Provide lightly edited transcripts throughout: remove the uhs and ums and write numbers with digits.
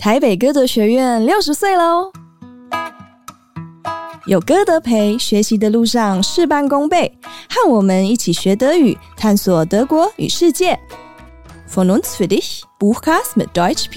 台北歌德学院60岁喽！有歌德陪，学习的路上事半功倍，和我们一起学德语，探索德国与世界。Von uns für dich, Buchcast mit Deutsch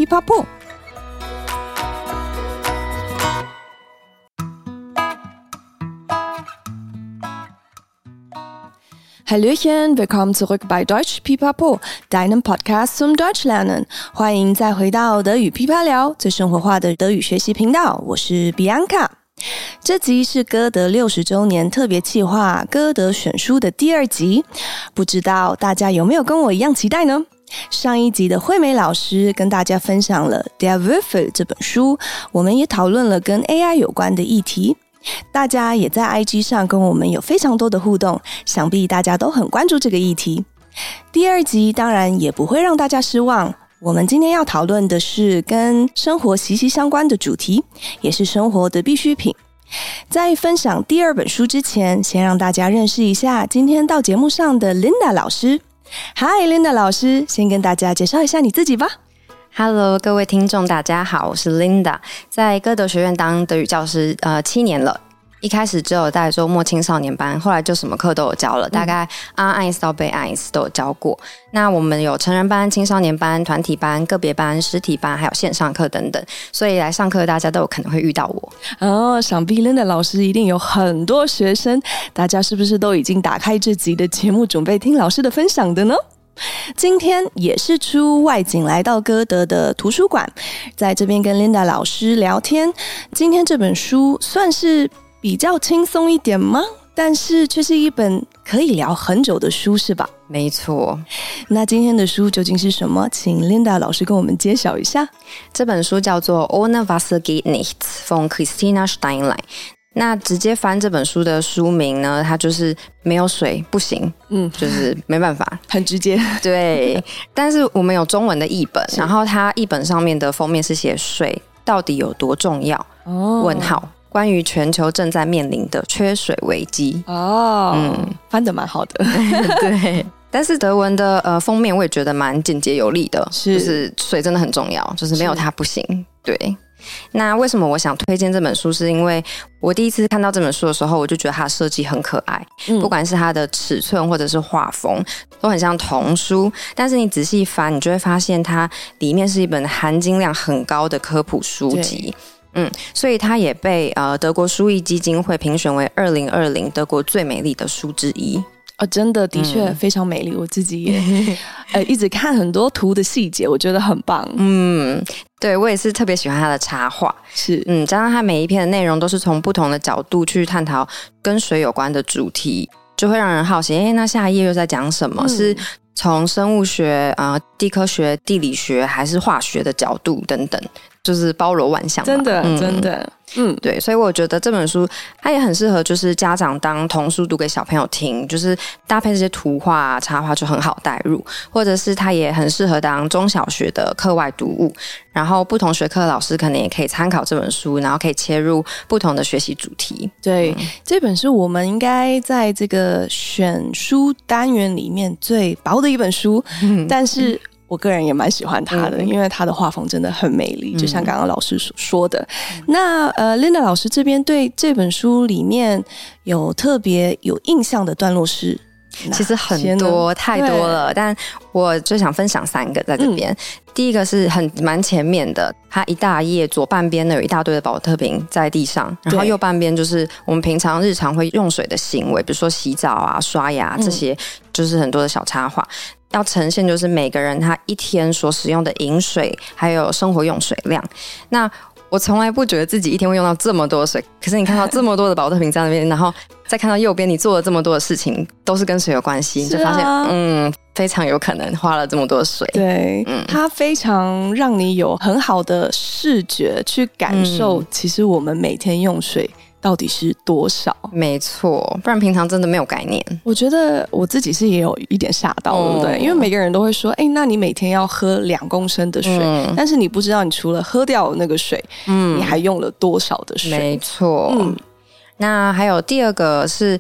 Pipapo。Hallöchen, willkommen zurück bei Deutsch Pipapo, deinem Podcast zum Deutschlernen。欢迎再回到德语噼啪聊，最生活化的德语学习频道，我是 Bianca。这集是歌德60周年特别企划歌德选书的第2集，不知道大家有没有跟我一样期待呢？上一集的惠美老师跟大家分享了 Der Würfel 这本书，我们也讨论了跟 AI 有关的议题，大家也在 IG 上跟我们有非常多的互动，想必大家都很关注这个议题。第2集当然也不会让大家失望，我们今天要讨论的是跟生活息息相关的主题，也是生活的必需品。在分享第2本书之前，先让大家认识一下今天到节目上的 Linda 老师。Hi Linda 老师，先跟大家介绍一下你自己吧。 Hello， 各位听众，大家好，我是 Linda， 在歌德学院当德语教师7年了。一开始只有带周末青少年班，后来就什么课都有教了，大概A1到B1都有教过。那我们有成人班、青少年班、团体班、个别班、实体班，还有线上课等等，所以来上课大家都有可能会遇到我。 哦，想必 Linda 老师一定有很多学生，大家是不是都已经打开这集的节目准备听老师的分享的呢？今天也是出外景来到歌德的图书馆，在这边跟 Linda 老师聊天。今天这本书算是比较轻松一点吗？但是却是一本可以聊很久的书，是吧？ 没错。 那今天的书究竟是什么？请 Linda 老师跟我们揭晓一下。 这本书叫做 Ohne Wasser geht nichts von Christina Steinlein。那直接翻这本书的书名呢，它就是没有水不行，就是没办法， 很直接。 对，但是我们有中文的译本，然后它译本上面的封面是写水到底有多重要？问号。关于全球正在面临的缺水危机。 翻得蛮好的。 对，但是德文的封面我也觉得蛮简洁有力的，就是水真的很重要，就是没有它不行。对，那为什么我想推荐这本书，是因为我第一次看到这本书的时候，我就觉得它的设计很可爱，不管是它的尺寸或者是画风都很像童书，但是你仔细翻，你就会发现它里面是一本含金量很高的科普书籍。所以它也被德国书艺基金会评选为2020德国最美丽的书之一。 真的的确非常美丽，我自己也一直看很多图的细节，我觉得很棒。 对，我也是特别喜欢它的插画， 是加上它每一篇的内容都是从不同的角度去探讨跟水有关的主题，就会让人好奇，那下一页又在讲什么？是从生物学、地科学、地理学还是化学的角度等等，就是包罗万象嘛。真的真的。 对，所以我觉得这本书它也很适合就是家长当童书读给小朋友听，就是搭配这些图画插画就很好带入，或者是它也很适合当中小学的课外读物，然后不同学科的老师可能也可以参考这本书，然后可以切入不同的学习主题。 对，这本书我们应该在这个选书单元里面最薄的一本书，但是我个人也蛮喜欢它的，因为它的画风真的很美丽，就像刚刚老师所说的。那Linda 老师这边对这本书里面有特别有印象的段落是？ 其实很多，太多了，但我就想分享3个在这边。第一个是蛮前面的，它一大页左半边呢有一大堆的保特瓶在地上，然后右半边就是我们平常日常会用水的行为，比如说洗澡啊、刷牙这些，就是很多的小插画。要呈现就是每个人他一天所使用的饮水还有生活用水量。那我从来不觉得自己一天会用到这么多水，可是你看到这么多的保特瓶在那边，然后再看到右边你做了这么多的事情都是跟水有关系，你就发现非常有可能花了这么多水。 对，它非常让你有很好的视觉去感受其实我们每天用水到底是多少。 没错，不然平常真的没有概念。 我觉得我自己是也有一点吓到，对不对？因为每个人都会说那你每天要喝2公升的水，但是你不知道你除了喝掉那个水，你还用了多少的水。 没错。那还有第二个是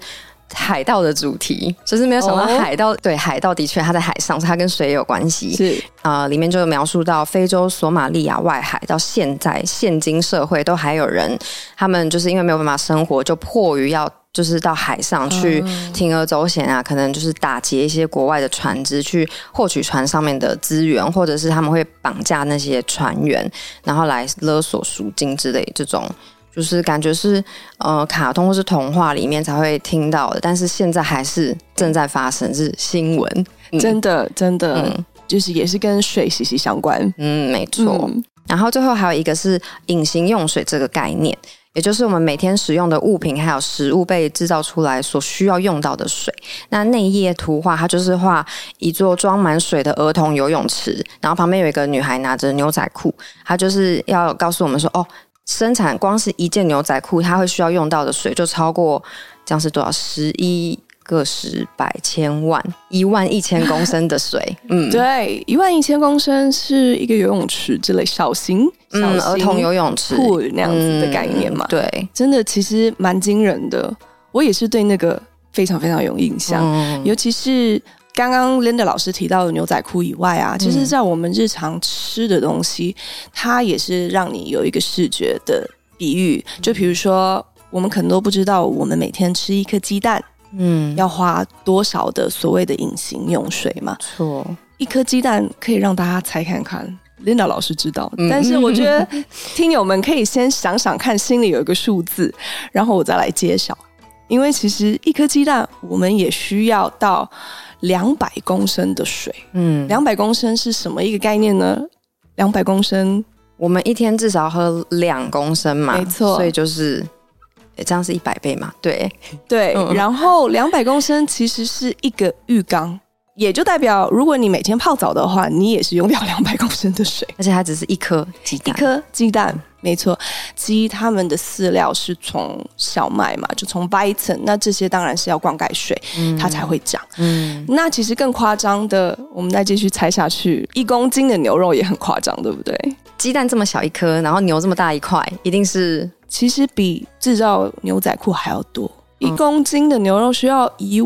海盗的主题，就是没有想到海盗，对，海盗的确它在海上，它跟水也有关系。 是里面就描述到非洲索马利亚外海到现今社会都还有人，他们就是因为没有办法生活，就迫于要就是到海上去铤而走险啊，可能就是打劫一些国外的船只，去获取船上面的资源，或者是他们会绑架那些船员，然后来勒索赎金之类这种。就是感觉是卡通或是童话里面才会听到的，但是现在还是正在发生，是新闻。 真的，就是也是跟水息息相关。 没错。然后最后还有一个是隐形用水这个概念，也就是我们每天使用的物品还有食物被制造出来所需要用到的水。那内页图画它就是画一座装满水的儿童游泳池，然后旁边有一个女孩拿着牛仔裤，她就是要告诉我们说生产光是一件牛仔裤它会需要用到的水就超过这样是多少11个10百千万11000公升的水。 对，11000公升是一个游泳池之类小型儿童游泳池那样子的概念嘛。 对， 真的其实蛮惊人的，我也是对那个非常非常有印象。尤其是刚刚 Linda 老师提到的牛仔裤以外啊，其实在我们日常吃的东西，它也是让你有一个视觉的比喻。就比如说我们可能都不知道我们每天吃一颗鸡蛋要花多少的所谓的隐形用水嘛。 错， 一颗鸡蛋可以让大家猜看看，Linda 老师知道，但是我觉得听友们可以先想想看，心里有一个数字，然后我再来揭晓。因为其实一颗鸡蛋我们也需要到200公升的水。200公升是什么一个概念呢？200公升我们一天至少喝2公升嘛， 没错， 所以就是这样是100倍嘛。对， 然后200公升其实是一个浴缸，也就代表如果你每天泡澡的话，你也是用掉200公升的水， 而且它只是一颗鸡蛋。 没错，鸡它们的饲料是从小麦嘛，就从 Weizen， 那这些当然是要灌溉水它才会长。那其实更夸张的，我们再继续猜下去，1公斤的牛肉也很夸张，对不对？ 鸡蛋这么小一颗，然后牛这么大一块，一定是其实比制造牛仔裤还要多。1公斤的牛肉需要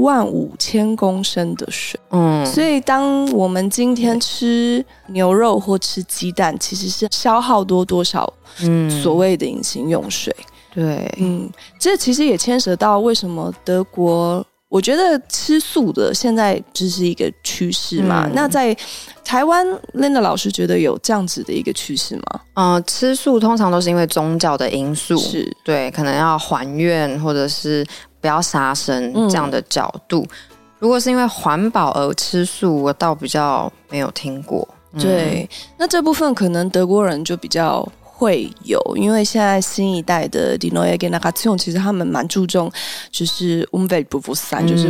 15000公升的水。所以当我们今天吃牛肉或吃鸡蛋，其实是消耗多少所谓的隐形用水。 对， 这其实也牵涉到为什么德国，我觉得吃素的现在只是一个趋势嘛。那在台湾 Linda 老师觉得有这样子的一个趋势吗？ 吃素通常都是因为宗教的因素， 是对，可能要还愿或者是不要杀生这样的角度。如果是因为环保而吃素，我倒比较没有听过。 对，那这部分可能德国人就比较会有，因为现在新一代的 Die Neue Generation 其实他们蛮注重就是 Umweltbewusstsein，就是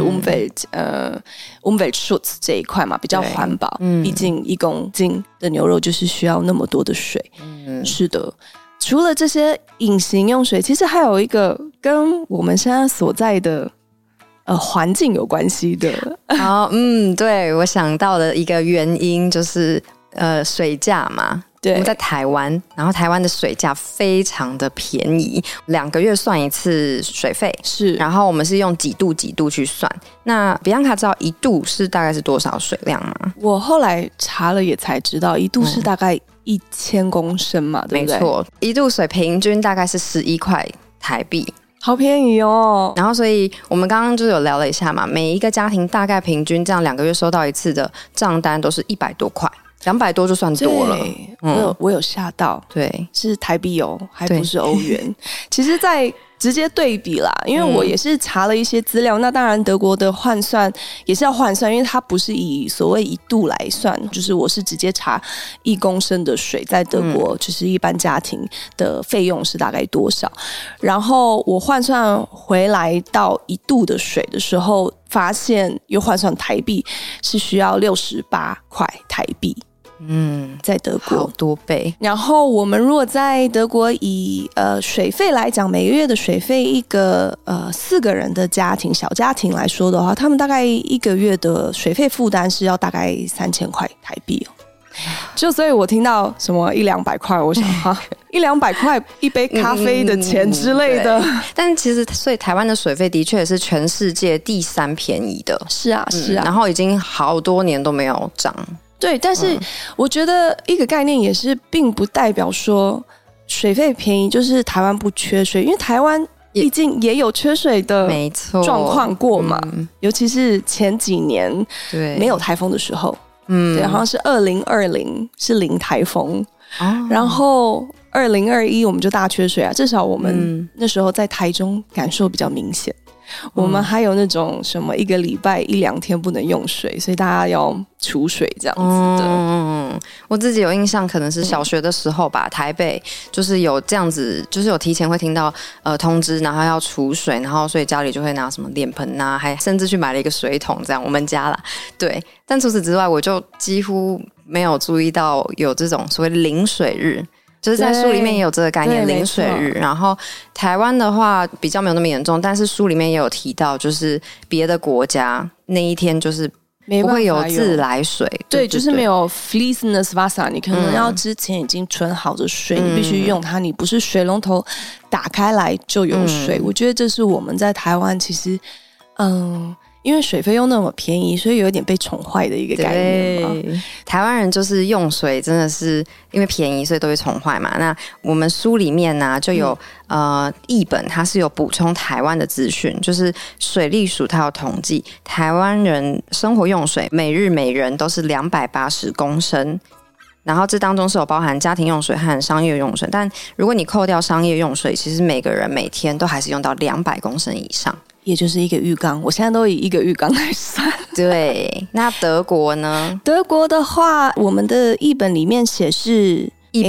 Umweltschutz 这一块嘛，比较环保。毕竟1公斤的牛肉就是需要那么多的水。是的。除了这些隐形用水，其实还有一个跟我们现在所在的环境有关系的。 对，我想到的一个原因就是水价嘛。对，我们在台湾，然后台湾的水价非常的便宜，2个月算一次水费， 是，然后我们是用几度去算。那比安卡知道1度是大概是多少水量吗？ 我后来查了也才知道，1度是大概1000公升嘛，对不对？ 没错，1度水平均大概是11块台币。 好便宜哦。 然后所以我们刚刚就有聊了一下嘛，每一个家庭大概平均这样2个月收到一次的账单都是100多块，200多就算多了。 我有吓到。 对， 是台币哦，还不是欧元。其实在直接对比啦，因为我也是查了一些资料，那当然德国的换算也是要换算，因为它不是以所谓1度来算，就是我是直接查1公升的水在德国就是一般家庭的费用是大概多少，然后我换算回来到1度的水的时候，发现又换算台币是需要68块台币。在德国好多倍。 然后我们如果在德国以水费来讲，每个月的水费，一个4个人的家庭小家庭来说的话，他们大概1个月的水费负担是要大概3000块台币哦。 就所以我听到什么100-200块，我想哈，100-200块一杯咖啡的钱之类的。 但其实所以台湾的水费的确也是全世界第3便宜的。 是啊是啊， 然后已经好多年都没有涨。 对，但是我觉得一个概念也是并不代表说水费便宜就是台湾不缺水，因为台湾毕竟也有缺水的状况过嘛，尤其是前几年没有台风的时候，对，好像是2020是零台风，然后2021我们就大缺水啊，至少我们那时候在台中感受比较明显。我们还有那种什么1个礼拜1-2天不能用水，所以大家要储水这样子的。 我自己有印象，可能是小学的时候吧，台北就是有这样子，就是有提前会听到通知，然后要储水，然后所以家里就会拿什么脸盆啊，还甚至去买了一个水桶这样。我们家啦，对。但除此之外，我就几乎没有注意到有这种所谓零水日。就是在书里面也有这个概念，零水日。然后台湾的话比较没有那么严重，但是书里面也有提到，就是别的国家那一天就是不会有自来水。 对，就是没有 fließendes Wasser， 你可能要之前已经存好的水，你必须用它，你不是水龙头打开来就有水。我觉得这是我们在台湾其实因为水费又那么便宜，所以有点被宠坏的一个概念嘛。 台湾人就是用水真的是因为便宜，所以都会宠坏嘛。那我们书里面呢就有译本，它是有补充台湾的资讯，就是水利署它有统计，台湾人生活用水每日每人都是280公升。然后这当中是有包含家庭用水和商业用水，但如果你扣掉商业用水，其实每个人每天都还是用到200公升以上。 也就是一个浴缸，我现在都以1个浴缸来算。 对，那德国呢？ 德国的话，我们的译本里面写是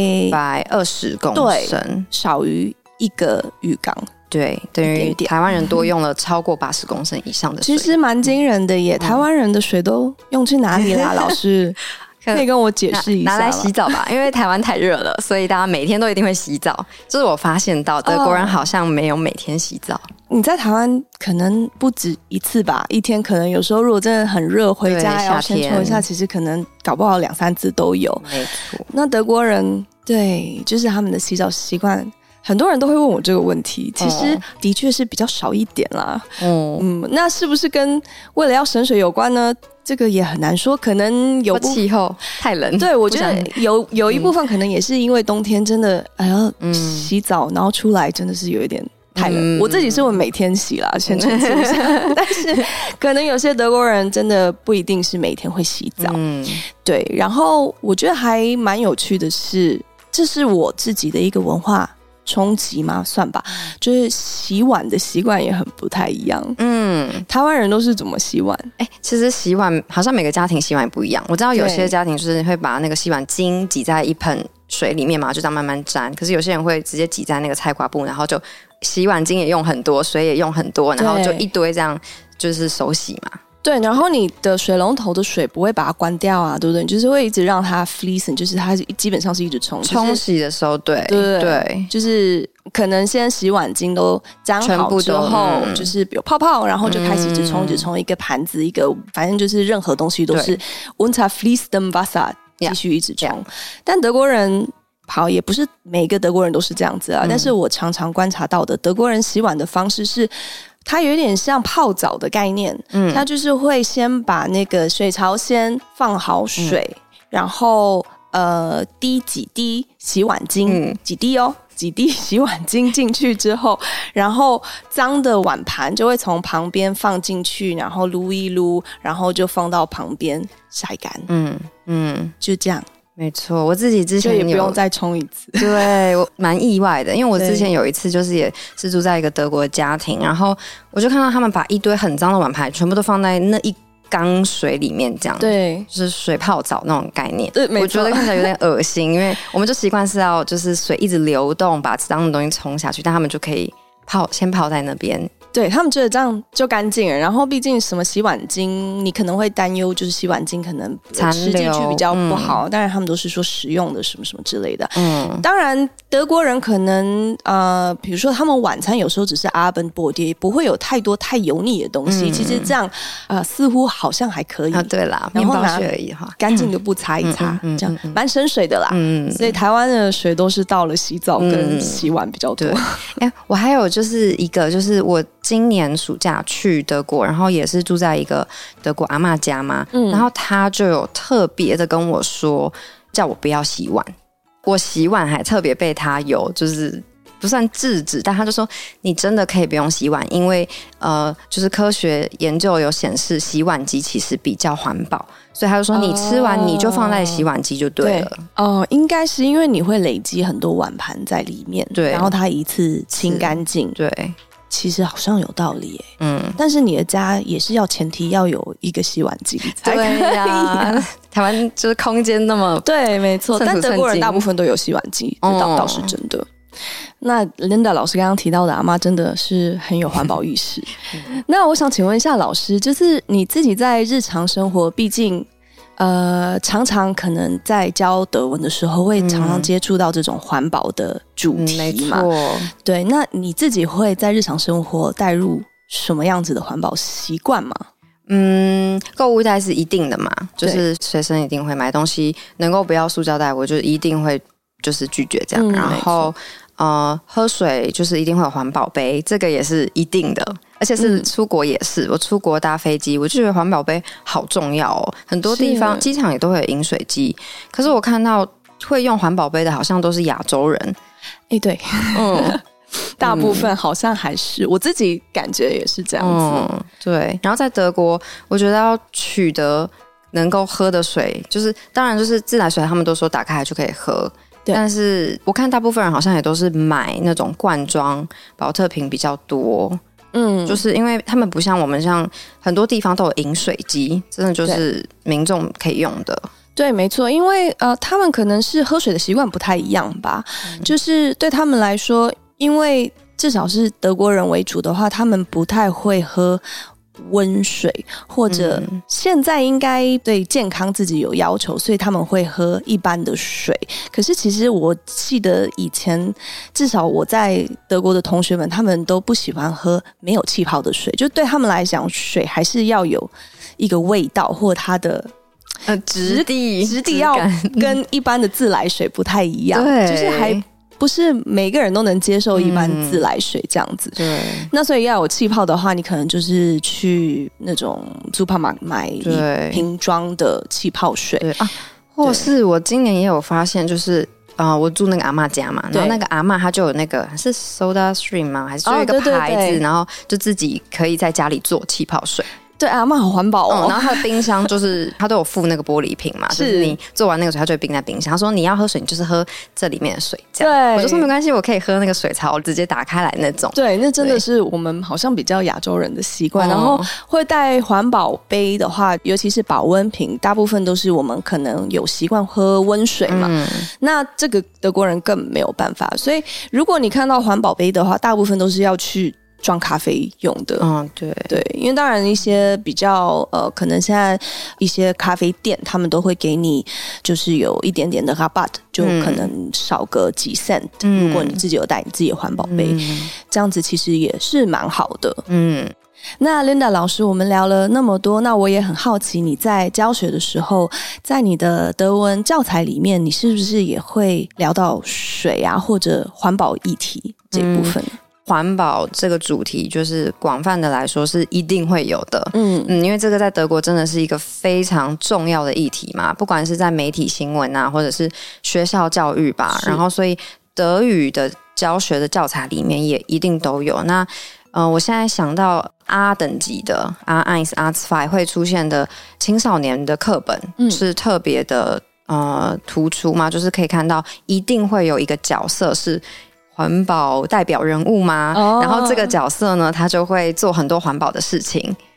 120公升， 少于1个浴缸。 对，等于台湾人多用了超过80公升以上的水。 其实蛮惊人的耶！台湾人的水都用去哪里啦？老师可以跟我解释一下。 拿来洗澡吧，因为台湾太热了，所以大家每天都一定会洗澡。就是我发现到德国人好像没有每天洗澡。 你在台湾可能不止一次吧，一天可能有时候如果真的很热，回家要先抽一下，其实可能搞不好2-3次都有。 没错。 那德国人对，就是他们的洗澡习惯，很多人都会问我这个问题，其实的确是比较少一点啦。那是不是跟为了要省水有关呢？这个也很难说，可能有气候太冷。 对，我觉得有一部分可能也是因为冬天真的洗澡，然后出来真的是有一点太冷。我自己是我每天洗啦，先澄清一下。但是可能有些德国人真的不一定是每天会洗澡。对。然后我觉得还蛮有趣的是，这是我自己的一个文化冲击吗？算吧，就是洗碗的习惯也很不太一样。台湾人都是怎么洗碗？ 其实洗碗好像每个家庭洗碗也不一样。我知道有些家庭就是会把那个洗碗巾挤在一盆水里面嘛，就这样慢慢沾。可是有些人会直接挤在那个菜瓜布，然后就洗碗巾也用很多，水也用很多，然后就一堆这样，就是手洗嘛。 对，然后你的水龙头的水不会把它关掉啊，对不对？你就是会一直让它 fließen， 就是它基本上是一直冲。 冲洗的时候，对， 就是可能先洗碗巾都沾好之后，就是有泡泡，然后就开始一直冲，一直冲一个盘子，一个反正就是任何东西都是 unter fließendem Wasser 继续一直冲。但德国人好，也不是每个德国人都是这样子啊，但是我常常观察到的德国人洗碗的方式是，它有点像泡澡的概念，它就是会先把那个水槽先放好水，然后滴几滴洗碗巾，几滴洗碗巾进去之后，然后脏的碗盘就会从旁边放进去，然后撸一撸，然后就放到旁边晒干，就这样。 没错，我自己之前也不用再冲一次。 对，我蛮意外的，因为我之前有一次就是也是住在一个德国家庭，然后我就看到他们把一堆很脏的碗盘全部都放在那一缸水里面，这样对， 就是水泡澡那种概念。 对， 我觉得看起来有点恶心，因为我们就习惯是要就是水一直流动，把脏的东西冲下去，但他们就可以先泡在那边。 对，他们觉得这样就干净了，然后毕竟什么洗碗巾你可能会担忧就是洗碗巾可能吃进去比较不好，当然他们都是说食用的什么什么之类的。当然德国人可能比如说他们晚餐有时候只是Abendbrot，也不会有太多太油腻的东西，其实这样似乎好像还可以对啦，面包屑而已哈， 干净的布擦一擦，这样蛮省水的啦。所以台湾的水都是到了洗澡跟洗碗比较多。 我还有就是一个就是我今年暑假去德国，然后也是住在一个德国阿嬷家嘛，然后他就有特别的跟我说叫我不要洗碗，我洗碗还特别被他有就是不算制止，但他就说你真的可以不用洗碗，因为就是科学研究有显示洗碗机其实比较环保，所以他就说你吃完你就放在洗碗机就对了。 应该是因为你会累积很多碗盘在里面，对，然后它一次清干净， 对。 其实好像有道理耶，但是你的家也是要前提要有一个洗碗机才可以。 对呀，台湾就是空间那么对，没错，但德国人大部分都有洗碗机，这倒是真的。那 Linda 老师刚刚提到的阿嬷真的是很有环保意识。那我想请问一下老师，就是你自己在日常生活，毕竟常常可能在教德文的时候会常常接触到这种环保的主题嘛，对，那你自己会在日常生活带入什么样子的环保习惯吗？ 购物袋是一定的嘛，就是随身一定会买东西，能够不要塑胶袋我就一定会就是拒绝这样，然后喝水就是一定会有环保杯，这个也是一定的，而且是出国也是，我出国搭飞机我就觉得环保杯好重要哦，很多地方机场也都会有饮水机，可是我看到会用环保杯的好像都是亚洲人。 对，大部分好像还是我自己感觉也是这样子， 对。然后在德国我觉得要取得能够喝的水，就是当然就是自来水他们都说打开来就可以喝，但是我看大部分人好像也都是买那种罐装保特瓶比较多，就是因为他们不像我们，像很多地方都有饮水机，真的就是民众可以用的。 对，没错，因为他们可能是喝水的习惯不太一样吧，就是对他们来说，因为至少是德国人为主的话，他们不太会喝温水，或者现在应该对健康自己有要求，所以他们会喝一般的水。可是其实我记得以前至少我在德国的同学们，他们都不喜欢喝没有气泡的水，就对他们来讲水还是要有一个味道，或它的质地要跟一般的自来水不太一样，就是还不是每个人都能接受一般自来水这样子。对，那所以要有气泡的话，你可能就是去那种 supermarket 买瓶装的气泡水， 或是我今年也有发现，就是我住那个阿嬷家嘛，然后那个阿嬷她就有那个是 Soda Stream 吗？还是就有一个牌子，然后就自己可以在家里做气泡水。 对，阿嬷好环保哦。 然后他的冰箱就是他都有附那个玻璃瓶嘛，就是你做完那个水，他就会冰在冰箱。他说你要喝水，你就是喝这里面的水。这样，对，我就说没关系，我可以喝那个水槽，直接打开来那种。对， 那真的是我们好像比较亚洲人的习惯。然后会带环保杯的话，尤其是保温瓶，大部分都是我们可能有习惯喝温水嘛。那这个德国人更没有办法，所以如果你看到环保杯的话，大部分都是要去装咖啡用的。对，因为当然一些比较可能现在一些咖啡店他们都会给你就是有一点点的 rabatt， 就可能少个几 cent，如果你自己有带你自己的环保杯，这样子其实也是蛮好的。那 Linda 老师，我们聊了那么多，那我也很好奇，你在教学的时候，在你的德文教材里面，你是不是也会聊到水啊，或者环保议题这一部分？ 环保这个主题就是广泛的来说是一定会有的，因为这个在德国真的是一个非常重要的议题嘛，不管是在媒体新闻啊，或者是学校教育吧，然后所以德语的教学的教材里面也一定都有。那我现在想到 R 等级的 R1 R2 会出现的青少年的课本，是特别的突出嘛，就是可以看到一定会有一个角色是环保代表人物吗？然后这个角色呢，他就会做很多环保的事情。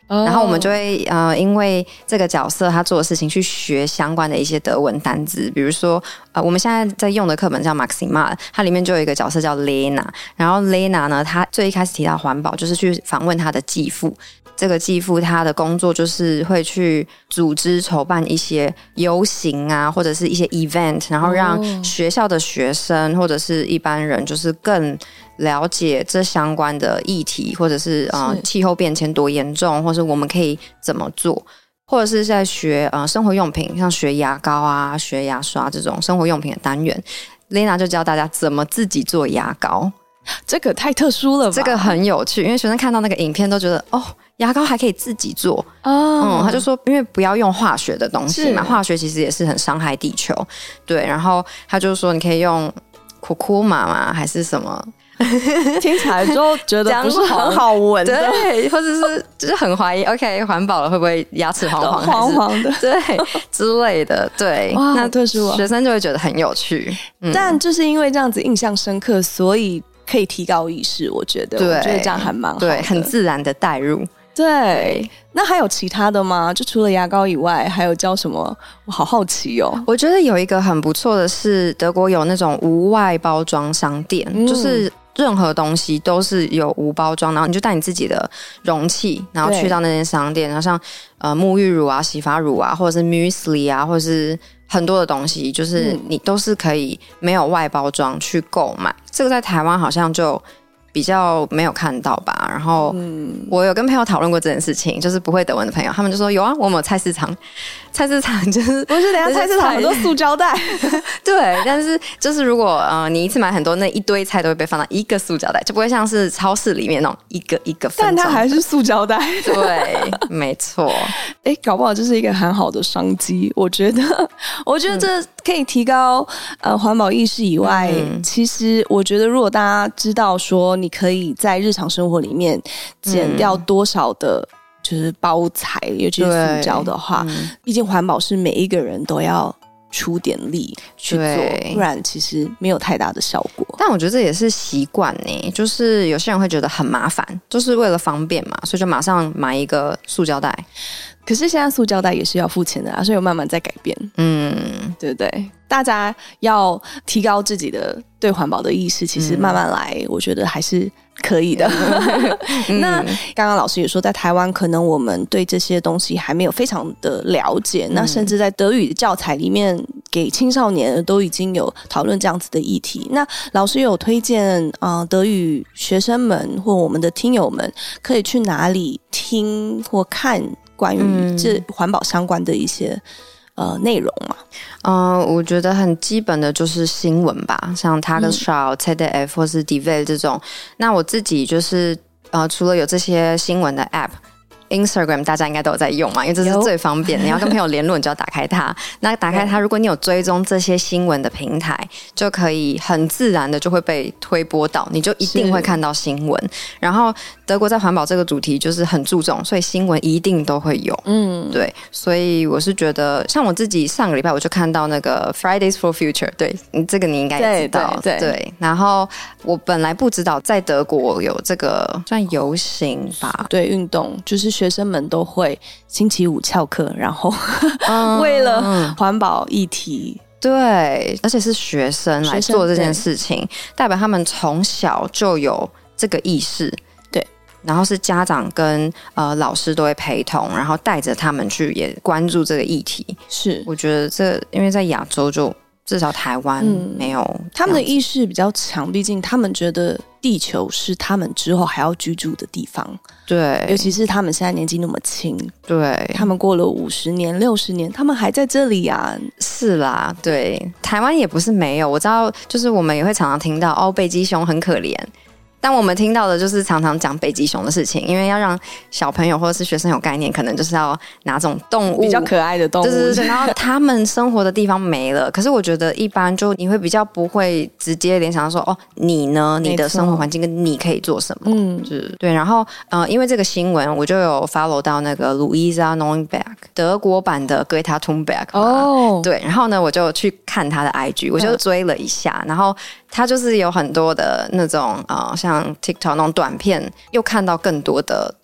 然后我们就会因为这个角色他做的事情去学相关的一些德文单字，比如说我们现在在用的课本叫 Maxima， 它里面就有一个角色叫 Lena， 然后 Lena 呢，她最一开始提到环保就是去访问她的继父，这个继父他的工作就是会去组织筹办一些游行啊，或者是一些 event， 然后让学校的学生或者是一般人就是更了解这相关的议题，或者是气候变迁多严重，或是我们可以怎么做，或者是在学生活用品，像学牙膏啊、学牙刷这种生活用品的单元。Lena 就教大家怎么自己做牙膏， 这个太特殊了吧？ 这个很有趣，因为学生看到那个影片都觉得牙膏还可以自己做他就说因为不要用化学的东西嘛，化学其实也是很伤害地球，对，然后他就说你可以用苦苦玛嘛还是什么听起来就觉得不是很好闻的， 对，或者是就是很怀疑 OK 环保了会不会牙齿黄黄黄黄的， 对之类的，对， 那特殊学生就会觉得很有趣， 但就是因为这样子印象深刻，所以可以提高意识，我觉得这样还蛮好的， 对，很自然的带入。 对，那还有其他的吗？就除了牙膏以外，还有教什么？我好好奇哦。 我觉得有一个很不错的是，德国有那种无外包装商店，就是任何东西都是有无包装，然后你就带你自己的容器，然后去到那间商店，然后像沐浴乳啊、洗发乳啊，或者是 muesli 啊，或者是很多的东西，就是你都是可以没有外包装去购买。这个在台湾好像就比较没有看到吧，然后我有跟朋友讨论过这件事情，就是不会德文的朋友，他们就说有啊，我们有菜市场就是不是，等一下菜市场很多塑胶袋， 对，但是就是如果你一次买很多，那一堆菜都会被放到一个塑胶袋，就不会像是超市里面那种一个一个分装， 但它还是塑胶袋， 对，没错。 搞不好这是一个很好的商机，我觉得这可以提高环保意识以外，其实我觉得如果大家知道说你可以在日常生活里面减掉多少的就是包材，尤其是塑胶的话，毕竟环保是每一个人都要出点力去做，不然其实没有太大的效果。 但我觉得这也是习惯呢，就是有些人会觉得很麻烦，就是为了方便嘛，所以就马上买一个塑胶袋。 可是现在塑胶袋也是要付钱的所以有慢慢在改变，对不对？大家要提高自己的对环保的意识，其实慢慢来，我觉得还是可以的。那刚刚老师也说，在台湾可能我们对这些东西还没有非常的了解，那甚至在德语的教材里面给青少年都已经有讨论这样子的议题。那老师有推荐德语学生们或我们的听友们可以去哪里听或看关于这环保相关的一些内容嘛？ 我觉得很基本的就是新闻吧，像 Tagesschau、ZDF 或是 Die Welt 这种。那我自己就是除了有这些新闻的 App。Instagram 大家应该都有在用嘛，因为这是最方便的。你要跟朋友联络，你就要打开它。那打开它，如果你有追踪这些新闻的平台，就可以很自然的就会被推播到，你就一定会看到新闻。然后德国在环保这个主题就是很注重，所以新闻一定都会有。对，所以我是觉得，像我自己上个礼拜我就看到那个 Fridays for Future， 对，这个你应该也知道。对。然后我本来不知道在德国有这个算游行吧， 对，运动就是学生们都会星期五翘课，然后为了环保议题， 对，而且是学生来做这件事情，代表他们从小就有这个意识，对，然后是家长跟老师都会陪同，然后带着他们去也关注这个议题。是，我觉得这因为在亚洲就至少台湾没有， 他们的意识比较强，毕竟他们觉得地球是他们之后还要居住的地方。 对， 尤其是他们现在年纪那么轻， 对， 他们过了50年、60年，他们还在这里啊。 是啦，对，台湾也不是没有，我知道，就是我们也会常常听到北极熊很可怜。但我们听到的就是常常讲北极熊的事情，因为要让小朋友或者是学生有概念，可能就是要拿这种动物比较可爱的动物， 对，然后他们生活的地方没了。可是我觉得一般就你会比较不会直接联想到说，你呢，你的生活环境跟你可以做什么，就是对。然后因为这个新闻，我就有 follow 到那个 Luisa Neubauer 德国版的 Greta Thunberg 对，然后呢，我就去看他的 IG， 我就追了一下，然后他就是有很多的那种像 TikTok 那种短片，又看到更多的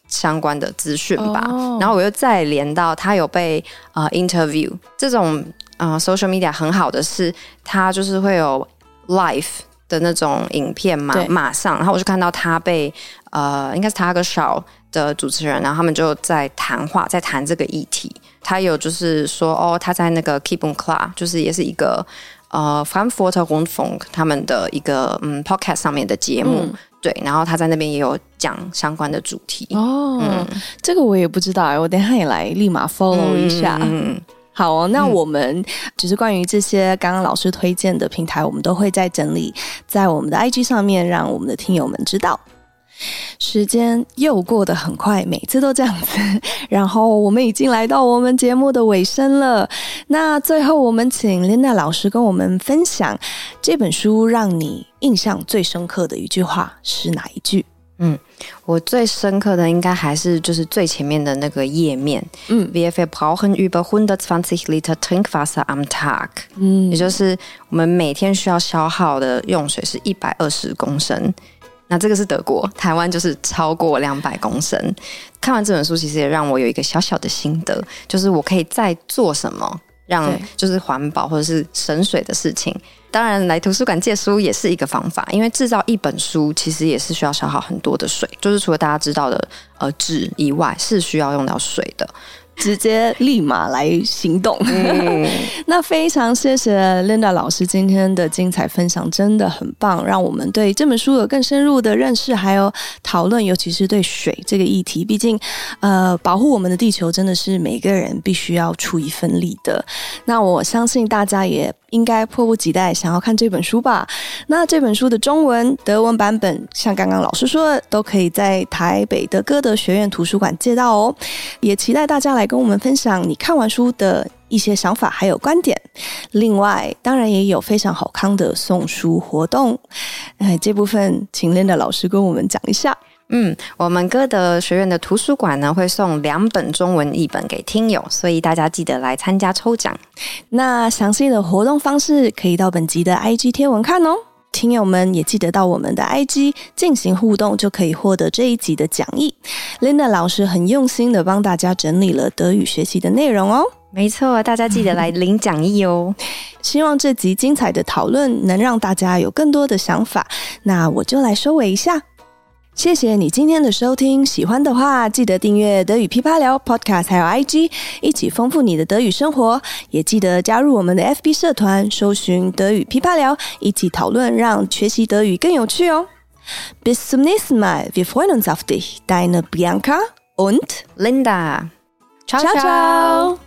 相关的资讯吧。然后我又再连到他有被interview， 这种social media 很好的是他就是会有 live 的那种影片嘛，马上，然后我就看到他被应该是Talk Show 的主持人，然后他们就在谈话，在谈这个议题。他有就是说他在那个 Keep on Club， 就是也是一个Frankfurter Rundfunk 他们的一个podcast 上面的节目，对，然后他在那边也有讲相关的主题。 这个我也不知道，我等一下也来立马 follow 一下。好那我们就是关于这些刚刚老师推荐的平台，我们都会再整理在我们的 IG 上面，让我们的听友们知道。时间又过得很快，每次都这样子，然后我们已经来到我们节目的尾声了。那最后我们请 Linda 老师跟我们分享这本书让你印象最深刻的一句話是哪一句？ 我最深刻的应该还是就是最前面的那个页面。Wir verbrauchen über 120 Liter Trinkwasser am Tag。也就是我们每天需要消耗的用水是120公升。那这个是德国，台湾就是超过200公升。看完这本书其实也让我有一个小小的心得，就是我可以再做什么让就是环保或者是省水的事情。当然来图书馆借书也是一个方法，因为制造一本书其实也是需要消耗很多的水，就是除了大家知道的纸以外是需要用到水的。 直接立马来行动。那非常谢谢 Linda 老师今天的精彩分享，真的很棒，让我们对这本书有更深入的认识还有讨论，尤其是对水这个议题。毕竟保护我们的地球真的是每个人必须要出一份力的。那我相信大家也应该迫不及待想要看这本书吧。那这本书的中文德文版本像刚刚老师说的都可以在台北的歌德学院图书馆借到哦。也期待大家来跟我们分享你看完书的一些想法还有观点。另外当然也有非常好康的送书活动，这部分请 Linda 老师跟我们讲一下。 我们歌德学院的图书馆呢会送2本中文1本给听友，所以大家记得来参加抽奖。 那详细的活动方式可以到本集的 IG 贴文看哦。听友们也记得到我们的 IG 进行互动，就可以获得这一集的讲义。Linda 老师很用心的帮大家整理了德语学习的内容哦。 没错，大家记得来领讲义哦。 希望这集精彩的讨论能让大家有更多的想法。那我就来收尾一下。谢谢你今天的收听，喜欢的话记得订阅德语噼啪聊 Podcast 还有 IG， 一起丰富你的德语生活。也记得加入我们的 FB 社团，搜寻德语噼啪聊，一起讨论，让学习德语更有趣哦。Bis zum nächsten Mal, wir freuen uns auf dich, deine Bianca und Linda. Ciao, ciao.